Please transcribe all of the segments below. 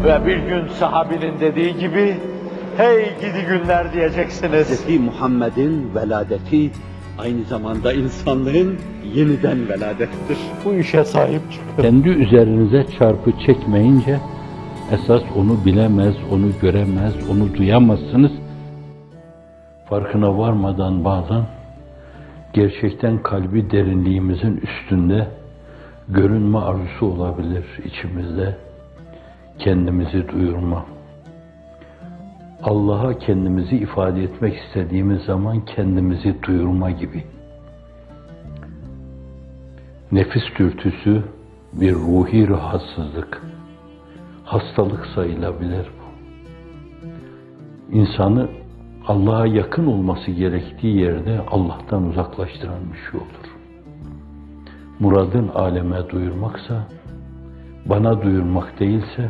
Ve bir gün sahabinin dediği gibi, hey gidi günler diyeceksiniz. Hz. Muhammed'in veladeti aynı zamanda insanlığın yeniden veladettir. Bu işe sahip çıkın. Kendi üzerinize çarpı çekmeyince, esas onu bilemez, onu göremez, onu duyamazsınız. Farkına varmadan bazen, gerçekten kalbi derinliğimizin üstünde, görünme arzusu olabilir içimizde, kendimizi duyurma. Allah'a kendimizi ifade etmek istediğimiz zaman kendimizi duyurma gibi. Nefis dürtüsü bir ruhi rahatsızlık, hastalık sayılabilir bu. İnsanı Allah'a yakın olması gerektiği yerde Allah'tan uzaklaştıran bir şey olur. Muradın aleme duyurmaksa, bana duyurmak değilse,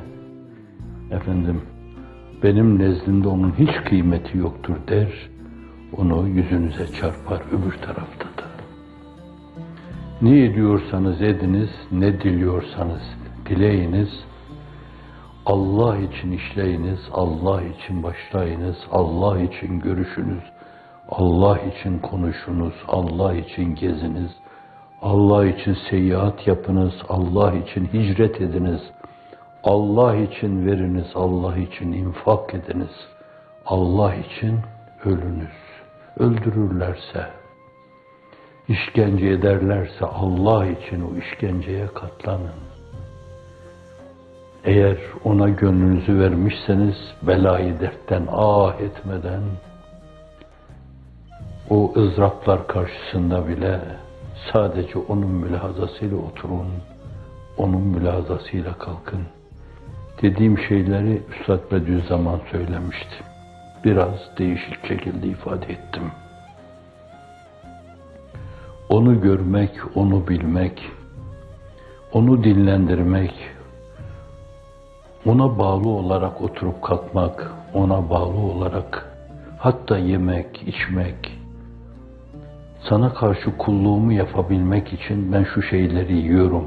benim nezdimde onun hiç kıymeti yoktur der, onu yüzünüze çarpar öbür tarafta da. Ne ediyorsanız ediniz, ne diliyorsanız dileyiniz, Allah için işleyiniz, Allah için başlayınız, Allah için görüşünüz, Allah için konuşunuz, Allah için geziniz, Allah için seyahat yapınız, Allah için hicret ediniz, Allah için veriniz, Allah için infak ediniz, Allah için ölünüz. Öldürürlerse, işkence ederlerse Allah için o işkenceye katlanın. Eğer ona gönlünüzü vermişseniz, belayı dertten etmeden, o ızdıraplar karşısında bile sadece onun mülahazasıyla oturun, onun mülahazasıyla kalkın. Dediğim şeyleri Üstad Bediüzzaman söylemişti. Biraz değişik şekilde ifade ettim. Onu görmek, onu bilmek, onu dinlendirmek, ona bağlı olarak oturup kalkmak, ona bağlı olarak hatta yemek, içmek, sana karşı kulluğumu yapabilmek için ben şu şeyleri yiyorum.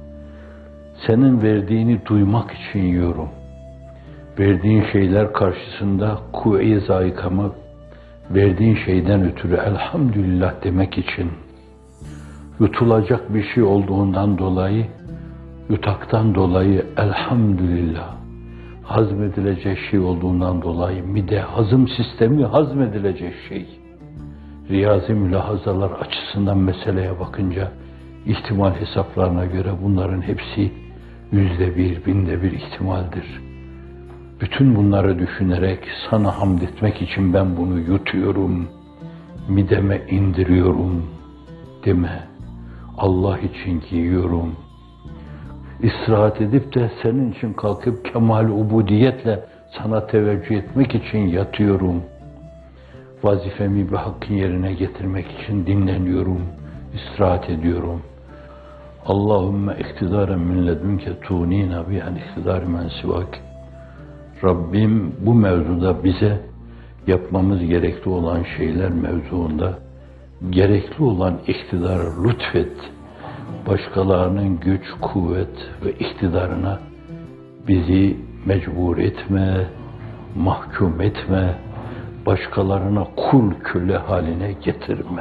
Senin verdiğini duymak için yiyorum. Verdiğin şeyler karşısında kuvve-i zaikamı, verdiğin şeyden ötürü elhamdülillah demek için, yutulacak bir şey olduğundan dolayı, yutaktan dolayı elhamdülillah, hazmedilecek şey olduğundan dolayı, mide, hazım sistemi hazmedilecek şey. Riyazi mülahazalar açısından meseleye bakınca, ihtimal hesaplarına göre bunların hepsi 100'de 1, 1000'de 1 ihtimaldir. Bütün bunları düşünerek sana hamd etmek için ben bunu yutuyorum, mideme indiriyorum deme. Allah için giyiyorum. İstirahat edip de senin için kalkıp kemal ubudiyetle sana teveccüh etmek için yatıyorum. Vazifemi bir hakkın yerine getirmek için dinleniyorum, istirahat ediyorum. Allahümme iktidaren min ledünke tuğnina bihan iktidari men sivak. Rabbim bu mevzuda bize yapmamız gerekli olan şeyler mevzuunda gerekli olan iktidarı lütfet. Başkalarının güç, kuvvet ve iktidarına bizi mecbur etme, mahkum etme, başkalarına kul köle haline getirme.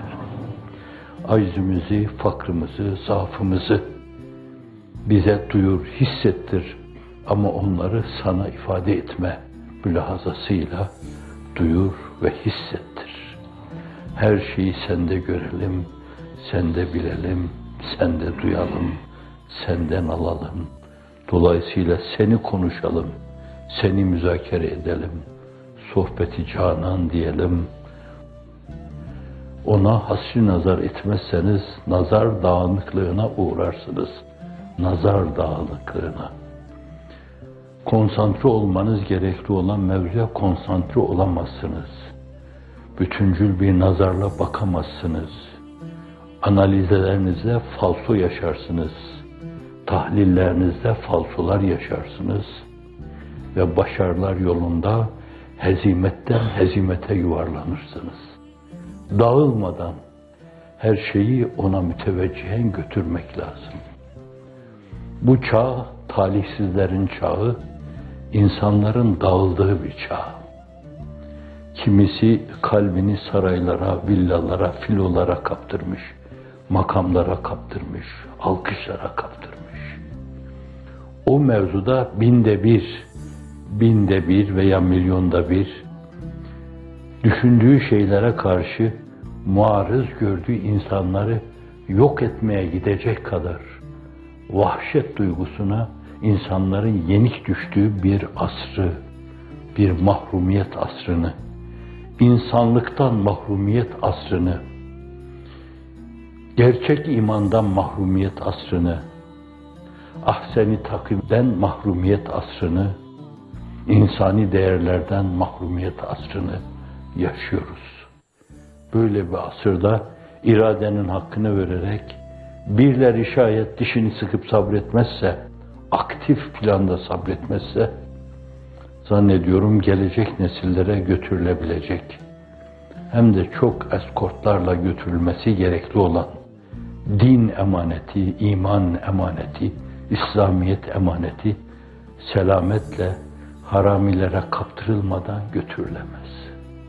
Aczimizi, fakrımızı, zaafımızı bize duyur, hissettir ama onları sana ifade etme mülahazasıyla duyur ve hissettir. Her şeyi sende görelim, sende bilelim, sende duyalım, senden alalım. Dolayısıyla seni konuşalım, seni müzakere edelim, sohbeti canan diyelim. Ona hasri nazar etmezseniz nazar dağınıklığına uğrarsınız. Nazar dağınıklığına. Konsantre olmanız gerekli olan mevzuya konsantre olamazsınız. Bütüncül bir nazarla bakamazsınız. Analizlerinizde falso yaşarsınız. Tahlillerinizde falsolar yaşarsınız. Ve başarılar yolunda hezimetten hezimete yuvarlanırsınız. Dağılmadan her şeyi ona müteveccihen götürmek lazım. Bu çağ talihsizlerin çağı, insanların dağıldığı bir çağ. Kimisi kalbini saraylara, villalara, filolara kaptırmış, makamlara kaptırmış, alkışlara kaptırmış. O mevzuda binde bir veya milyonda bir düşündüğü şeylere karşı muarız gördüğü insanları yok etmeye gidecek kadar vahşet duygusuna insanların yenik düştüğü bir asrı, bir mahrumiyet asrını, insanlıktan mahrumiyet asrını, gerçek imandan mahrumiyet asrını, ahsen-i takvimden mahrumiyet asrını, insani değerlerden mahrumiyet asrını yaşıyoruz. Böyle bir asırda iradenin hakkını vererek birileri şayet dişini sıkıp sabretmezse, aktif planda sabretmezse, zannediyorum gelecek nesillere götürülebilecek, hem de çok eskortlarla götürülmesi gerekli olan din emaneti, iman emaneti, İslamiyet emaneti selametle haramilere kaptırılmadan götürülemez.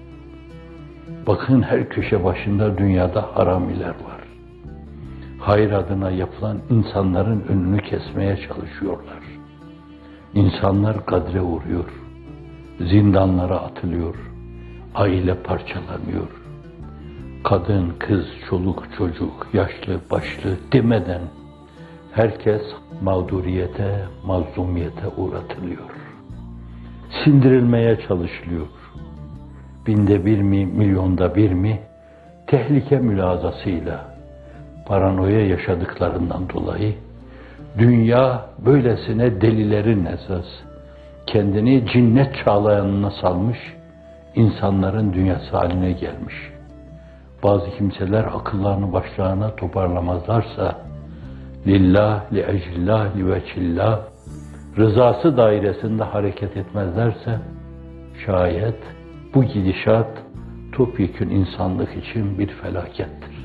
Bakın her köşe başında dünyada haramiler var. Hayır adına yapılan insanların önünü kesmeye çalışıyorlar. İnsanlar kadre uğruyor, zindanlara atılıyor, aile parçalanıyor. Kadın, kız, çoluk, çocuk, yaşlı, başlı demeden herkes mağduriyete, mazlumiyete uğratılıyor. Sindirilmeye çalışılıyor. Binde bir mi, milyonda bir mi, tehlike mülazasıyla, paranoya yaşadıklarından dolayı, dünya böylesine delilerin esas, kendini cinnet çağlayanına salmış, insanların dünyası haline gelmiş. Bazı kimseler akıllarını başlarına toparlamazlarsa, lillah, li ecillah, li veçillah, rızası dairesinde hareket etmezlerse, şayet bu gidişat topyekün insanlık için bir felakettir.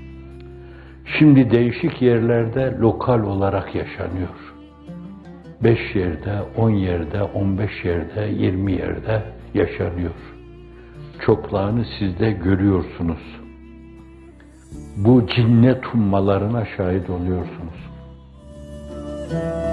Şimdi değişik yerlerde lokal olarak yaşanıyor. 5 yerde, 10 yerde, 15 yerde, 20 yerde yaşanıyor. Çoklarını siz de görüyorsunuz. Bu cinnet hummalarına şahit oluyorsunuz.